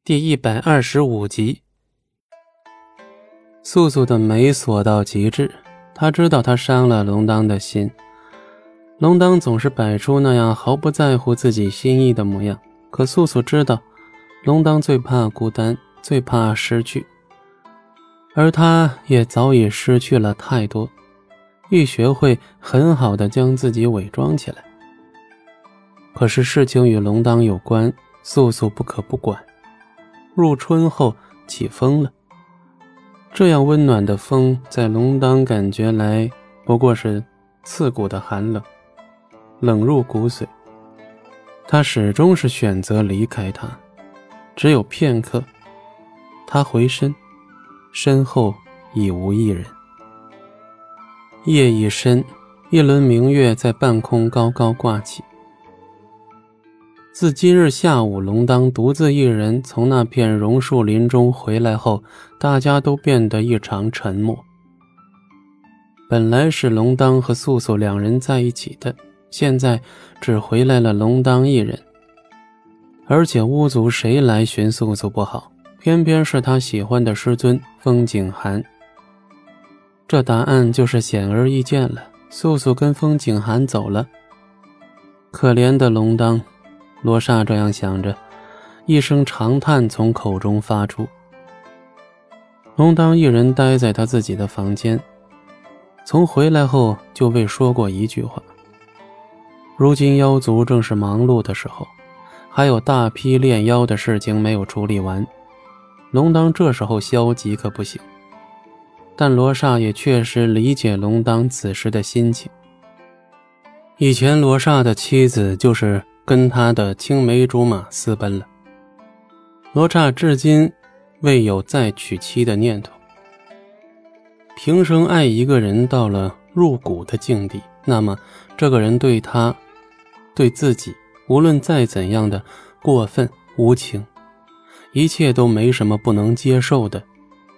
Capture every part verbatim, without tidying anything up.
第一百二十五集。素素的眉锁到极致，她知道她伤了龙当的心。龙当总是摆出那样毫不在乎自己心意的模样，可素素知道龙当最怕孤单，最怕失去，而他也早已失去了太多，欲学会很好的将自己伪装起来。可是事情与龙当有关，素素不可不管。入春后起风了，这样温暖的风在龙当感觉来不过是刺骨的寒冷，冷入骨髓。他始终是选择离开他，只有片刻，他回身，身后已无一人。夜已深，一轮明月在半空高高挂起。自今日下午龙当独自一人从那片榕树林中回来后，大家都变得异常沉默。本来是龙当和素素两人在一起的，现在只回来了龙当一人。而且巫族谁来寻素素不好，偏偏是他喜欢的师尊风景寒。这答案就是显而易见了，素素跟风景寒走了。可怜的龙当，罗刹这样想着，一声长叹从口中发出。龙当一人待在他自己的房间，从回来后就未说过一句话。如今妖族正是忙碌的时候，还有大批炼妖的事情没有处理完，龙当这时候消极可不行。但罗刹也确实理解龙当此时的心情。以前罗刹的妻子就是跟他的青梅竹马私奔了，罗刹至今未有再娶妻的念头。平生爱一个人到了入骨的境地，那么这个人对他对自己无论再怎样的过分无情，一切都没什么不能接受的。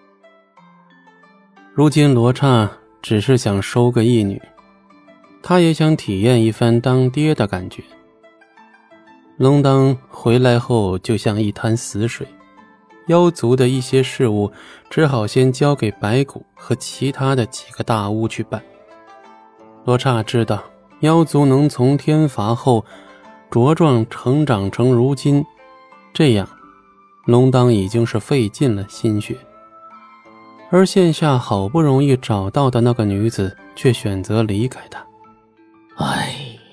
如今罗刹只是想收个义女，他也想体验一番当爹的感觉。龙当回来后就像一滩死水，妖族的一些事务只好先交给白骨和其他的几个大巫去办。罗刹知道妖族能从天罚后茁壮成长成如今这样，龙当已经是费尽了心血，而现下好不容易找到的那个女子却选择离开他。 哎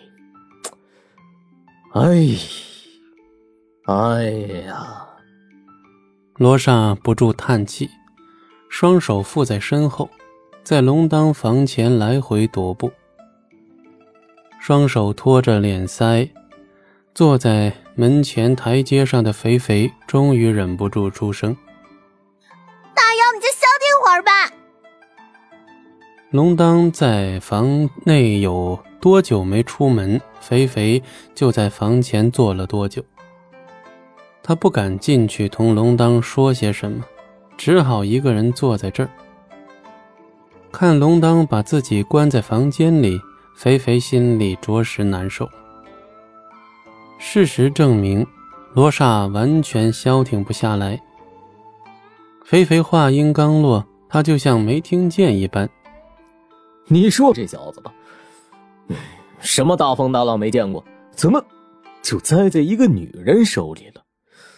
哎哎呀！ 罗刹不住叹气，双手负在身后，在龙当房前来回踱步，双手托着脸腮。坐在门前台阶上的肥肥终于忍不住出声： 大妖，你就消停会儿吧。 龙当在房内有多久没出门，肥肥就在房前坐了多久。他不敢进去同龙当说些什么，只好一个人坐在这儿。看龙当把自己关在房间里，肥肥心里着实难受。事实证明，罗刹完全消停不下来。肥肥话音刚落，他就像没听见一般： 你说这小子吧，什么大风大浪没见过，怎么就栽在一个女人手里了？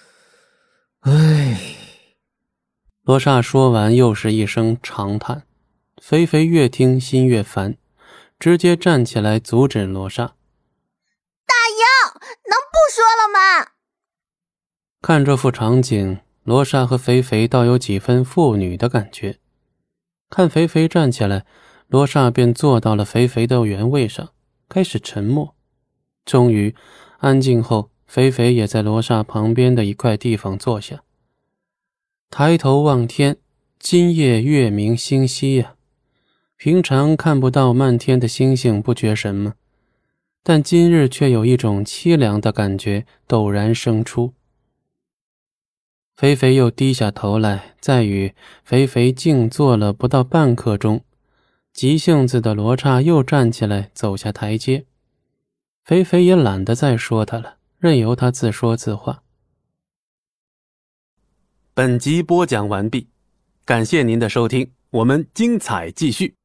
唉。 罗刹说完又是一声长叹，肥肥越听心越烦，直接站起来阻止罗刹： 大妖，能不说了吗？ 看这副场景，罗刹和肥肥倒有几分父女的感觉。看肥肥站起来，罗刹便坐到了肥肥的原位上，开始沉默。终于安静后，肥肥也在罗刹旁边的一块地方坐下，抬头望天，今夜月明星稀呀、啊。平常看不到漫天的星星不觉什么，但今日却有一种凄凉的感觉陡然生出。肥肥又低下头来，再与肥肥静坐了不到半刻钟，急性子的罗刹又站起来走下台阶。肥肥也懒得再说他了，任由他自说自话。 本集播讲完毕，感谢您的收听，我们精彩继续。